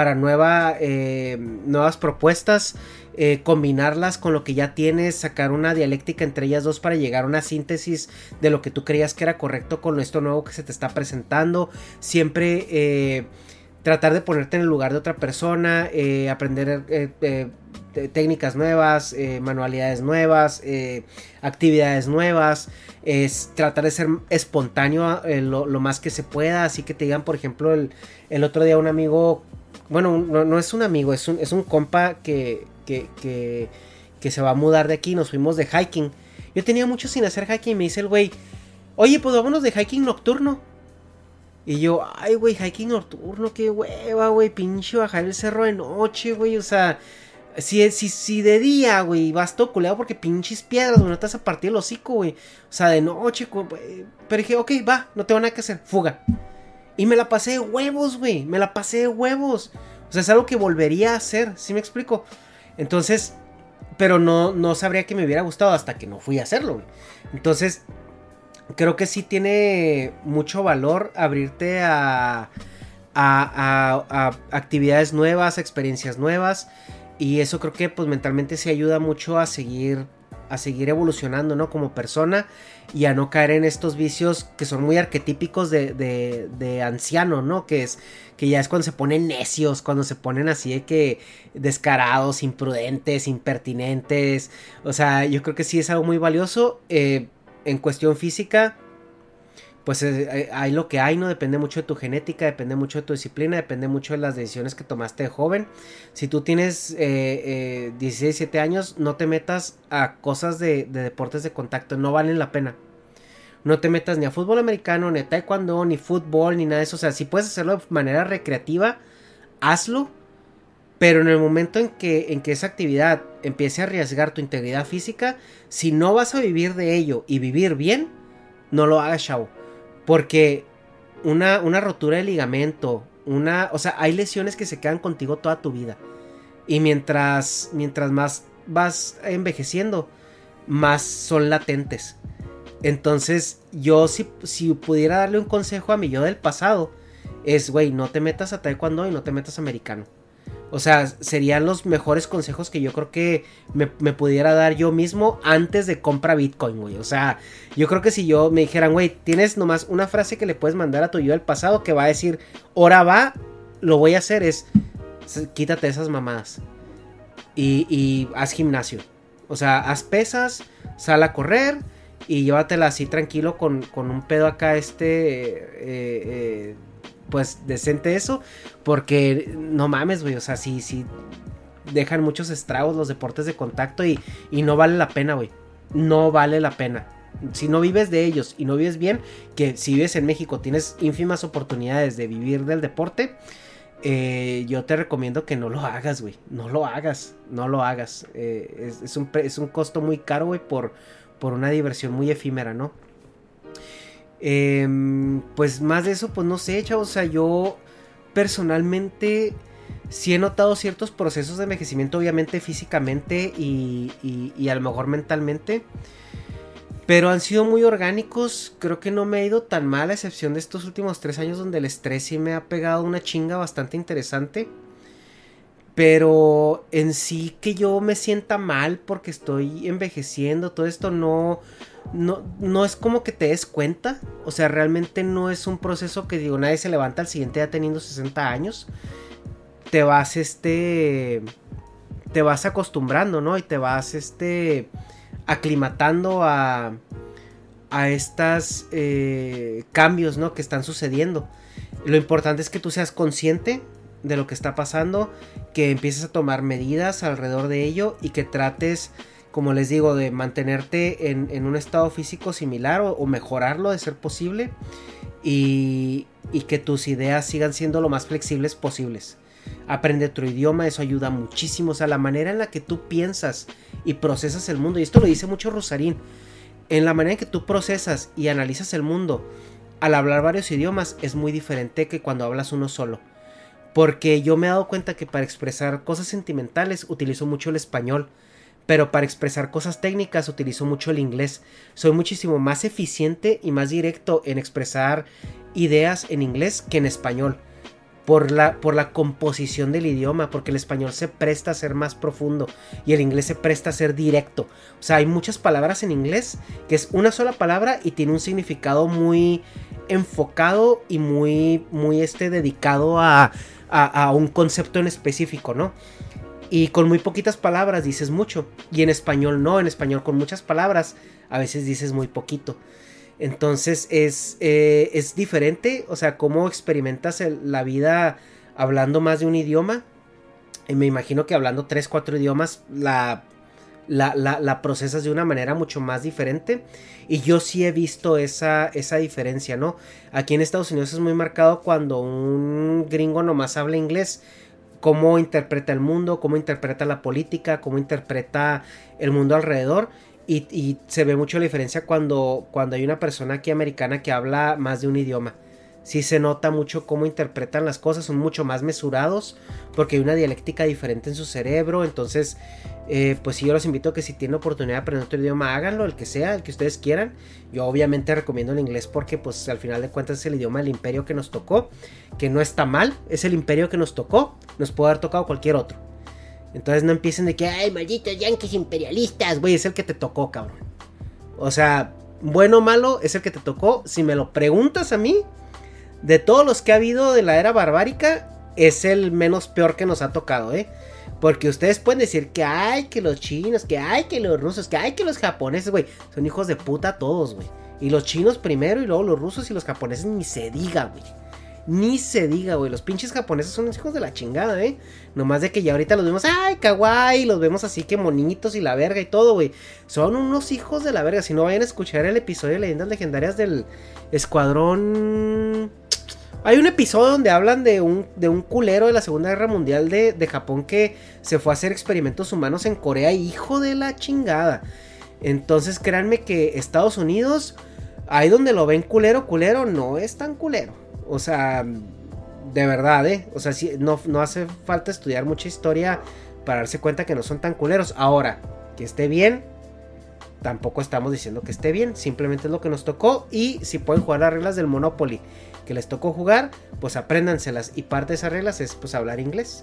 nuevas propuestas, combinarlas con lo que ya tienes, sacar una dialéctica entre ellas dos para llegar a una síntesis de lo que tú creías que era correcto con esto nuevo que se te está presentando. Siempre tratar de ponerte en el lugar de otra persona, aprender técnicas nuevas, manualidades nuevas, actividades nuevas, tratar de ser espontáneo lo más que se pueda. Así que te digan, por ejemplo, el otro día un amigo, bueno, no es un amigo, es un compa que se va a mudar de aquí. Nos fuimos de hiking. Yo tenía mucho sin hacer hiking y me dice el güey, oye, pues vámonos de hiking nocturno. Y yo, ay, güey, hiking nocturno, qué hueva, güey, pinche bajar el cerro de noche, güey. O sea, si de día, güey, vas todo culeado porque pinches piedras, güey, no te vas a partir el hocico, güey. O sea, de noche, güey. Pero dije, ok, va, no tengo nada que hacer, fuga. Y me la pasé de huevos, güey. Me la pasé de huevos. O sea, es algo que volvería a hacer, ¿sí me explico? Entonces, pero no sabría que me hubiera gustado hasta que no fui a hacerlo, güey. Entonces, creo que sí tiene mucho valor abrirte a actividades nuevas, a experiencias nuevas. Y eso creo que pues mentalmente sí ayuda mucho a seguir evolucionando, ¿no? Como persona, y a no caer en estos vicios que son muy arquetípicos de anciano, ¿no? Que ya es cuando se ponen necios, cuando se ponen así de que descarados, imprudentes, impertinentes. O sea, yo creo que sí es algo muy valioso. En cuestión física, pues hay lo que hay, ¿no? Depende mucho de tu genética, depende mucho de tu disciplina, depende mucho de las decisiones que tomaste de joven. Si tú tienes 16, 17 años, no te metas a cosas de deportes de contacto, no valen la pena. No te metas ni a fútbol americano, ni a taekwondo, ni fútbol, ni nada de eso. O sea, si puedes hacerlo de manera recreativa, hazlo. Pero en el momento en que esa actividad empiece a arriesgar tu integridad física, si no vas a vivir de ello y vivir bien, no lo hagas, chavo. Porque una rotura de ligamento, o sea, hay lesiones que se quedan contigo toda tu vida. Y mientras más vas envejeciendo, más son latentes. Entonces, yo si pudiera darle un consejo a mi yo del pasado, es, güey, no te metas a taekwondo y no te metas a americano. O sea, serían los mejores consejos que yo creo que me pudiera dar yo mismo antes de compra Bitcoin, güey. O sea, yo creo que si yo me dijeran, güey, tienes nomás una frase que le puedes mandar a tu yo del pasado que va a decir, ahora va, lo voy a hacer, es, quítate esas mamadas y haz gimnasio. O sea, haz pesas, sal a correr y llévatela así tranquilo con un pedo acá pues decente eso, porque no mames, güey, o sea, sí dejan muchos estragos los deportes de contacto y no vale la pena, güey, no vale la pena. Si no vives de ellos y no vives bien, que si vives en México tienes ínfimas oportunidades de vivir del deporte, yo te recomiendo que no lo hagas, güey, no lo hagas. Es un costo muy caro, güey, por una diversión muy efímera, ¿no? Pues más de eso, pues no sé, chavos. O sea, yo personalmente sí he notado ciertos procesos de envejecimiento, obviamente físicamente y a lo mejor mentalmente, pero han sido muy orgánicos. Creo que no me ha ido tan mal, a excepción de estos últimos 3 años donde el estrés sí me ha pegado una chinga bastante interesante. Pero en sí que yo me sienta mal porque estoy envejeciendo, todo esto no es como que te des cuenta. O sea, realmente no es un proceso que digo, nadie se levanta al siguiente día teniendo 60 años. Te vas acostumbrando, ¿no? Y te vas aclimatando a estos cambios, ¿no? Que están sucediendo. Lo importante es que tú seas consciente de lo que está pasando, que empieces a tomar medidas alrededor de ello y que trates, como les digo, de mantenerte en un estado físico similar o mejorarlo de ser posible, y que tus ideas sigan siendo lo más flexibles posibles. Aprende otro idioma, eso ayuda muchísimo. O sea, la manera en la que tú piensas y procesas el mundo, y esto lo dice mucho Rosarín, en la manera en que tú procesas y analizas el mundo al hablar varios idiomas es muy diferente que cuando hablas uno solo. Porque yo me he dado cuenta que para expresar cosas sentimentales utilizo mucho el español, pero para expresar cosas técnicas utilizo mucho el inglés. Soy muchísimo más eficiente y más directo en expresar ideas en inglés que en español, por la composición del idioma, porque el español se presta a ser más profundo y el inglés se presta a ser directo. O sea, hay muchas palabras en inglés que es una sola palabra y tiene un significado muy enfocado y muy dedicado a un concepto en específico, ¿no? Y con muy poquitas palabras dices mucho. Y en español no, en español con muchas palabras a veces dices muy poquito. Entonces es diferente, o sea, cómo experimentas la vida hablando más de un idioma. Y me imagino que hablando 3, 4 idiomas la procesas de una manera mucho más diferente. Y yo sí he visto esa diferencia, ¿no? Aquí en Estados Unidos es muy marcado cuando un gringo nomás habla inglés, cómo interpreta el mundo, cómo interpreta la política, cómo interpreta el mundo alrededor. Y se ve mucho la diferencia cuando hay una persona aquí americana que habla más de un idioma. sí se nota mucho cómo interpretan las cosas, son mucho más mesurados porque hay una dialéctica diferente en su cerebro. Entonces pues sí, yo los invito a que si tienen oportunidad de aprender otro idioma, háganlo, el que sea, el que ustedes quieran. Yo obviamente recomiendo el inglés porque pues al final de cuentas es el idioma del imperio que nos tocó, que no está mal, es el imperio que nos tocó, nos puede haber tocado cualquier otro. Entonces no empiecen de que, ay, malditos yanquis imperialistas, güey, es el que te tocó, cabrón. O sea, bueno o malo, es el que te tocó. Si me lo preguntas a mí, de todos los que ha habido de la era barbárica, es el menos peor que nos ha tocado, Porque ustedes pueden decir que hay que los chinos, que hay que los rusos, que hay que los japoneses, güey. Son hijos de puta todos, güey. Y los chinos primero y luego los rusos y los japoneses ni se diga, güey. Ni se diga, güey. Los pinches japoneses son los hijos de la chingada, Nomás de que ya ahorita los vemos, ay, kawaii. Los vemos así que monitos y la verga y todo, güey. Son unos hijos de la verga. Si no, vayan a escuchar el episodio de Leyendas Legendarias del Escuadrón... Hay un episodio donde hablan de un culero de la Segunda Guerra Mundial de Japón que se fue a hacer experimentos humanos en Corea. Hijo de la chingada. Entonces créanme que Estados Unidos, ahí donde lo ven culero, no es tan culero. O sea, de verdad, O sea, sí, no hace falta estudiar mucha historia para darse cuenta que no son tan culeros. Ahora, que esté bien, tampoco estamos diciendo que esté bien. Simplemente es lo que nos tocó. Y si pueden jugar las reglas del Monopoly que les tocó jugar, pues apréndanselas. Y parte de esas reglas es pues hablar inglés.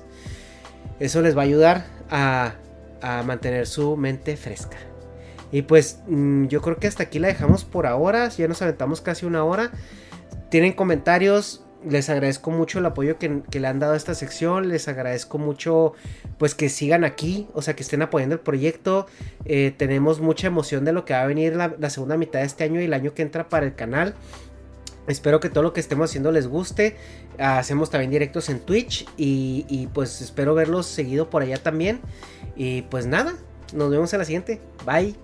Eso les va a ayudar a mantener su mente fresca. Y pues yo creo que hasta aquí la dejamos por ahora. Ya nos aventamos casi una hora. Tienen comentarios, les agradezco mucho el apoyo que le han dado a esta sección. Les agradezco mucho pues que sigan aquí, o sea, que estén apoyando el proyecto. Tenemos mucha emoción de lo que va a venir la segunda mitad de este año y el año que entra para el canal. Espero que todo lo que estemos haciendo les guste. Hacemos también directos en Twitch y pues espero verlos seguido por allá también. Y pues nada, nos vemos en la siguiente. Bye.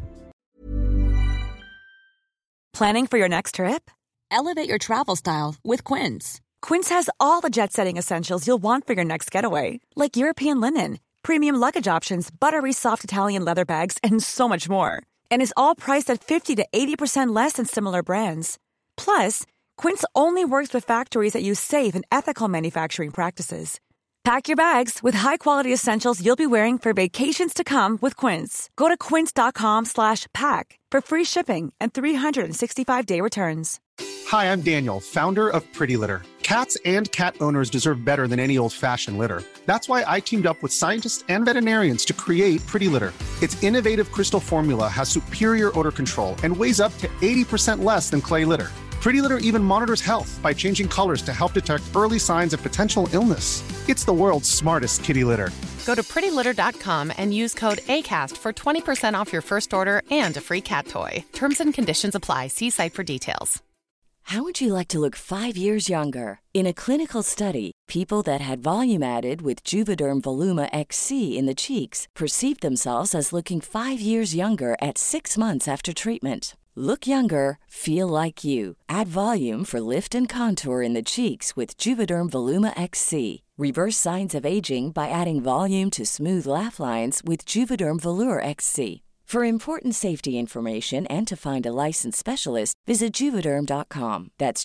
Planning for your next trip? Elevate your travel style with Quince. Quince has all the jet-setting essentials you'll want for your next getaway, like European linen, premium luggage options, buttery soft Italian leather bags, and so much more. And is all priced at 50 to 80% less than similar brands. Plus, Quince only works with factories that use safe and ethical manufacturing practices. Pack your bags with high-quality essentials you'll be wearing for vacations to come with Quince. Go to quince.com/pack for free shipping and 365-day returns. Hi, I'm Daniel, founder of Pretty Litter. Cats and cat owners deserve better than any old-fashioned litter. That's why I teamed up with scientists and veterinarians to create Pretty Litter. Its innovative crystal formula has superior odor control and weighs up to 80% less than clay litter. Pretty Litter even monitors health by changing colors to help detect early signs of potential illness. It's the world's smartest kitty litter. Go to prettylitter.com and use code ACAST for 20% off your first order and a free cat toy. Terms and conditions apply. See site for details. How would you like to look 5 years younger? In a clinical study, people that had volume added with Juvederm Voluma XC in the cheeks perceived themselves as looking 5 years younger at 6 months after treatment. Look younger, feel like you. Add volume for lift and contour in the cheeks with Juvederm Voluma XC. Reverse signs of aging by adding volume to smooth laugh lines with Juvederm Volure XC. For important safety information and to find a licensed specialist, visit Juvederm.com. That's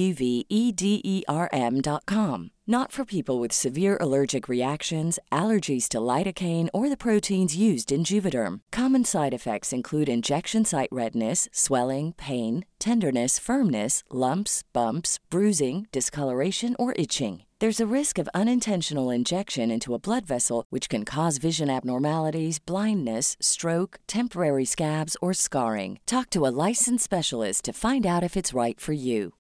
JUVEDERM.com. Not for people with severe allergic reactions, allergies to lidocaine, or the proteins used in Juvederm. Common side effects include injection site redness, swelling, pain, tenderness, firmness, lumps, bumps, bruising, discoloration, or itching. There's a risk of unintentional injection into a blood vessel, which can cause vision abnormalities, blindness, stroke, temporary scabs, or scarring. Talk to a licensed specialist to find out if it's right for you.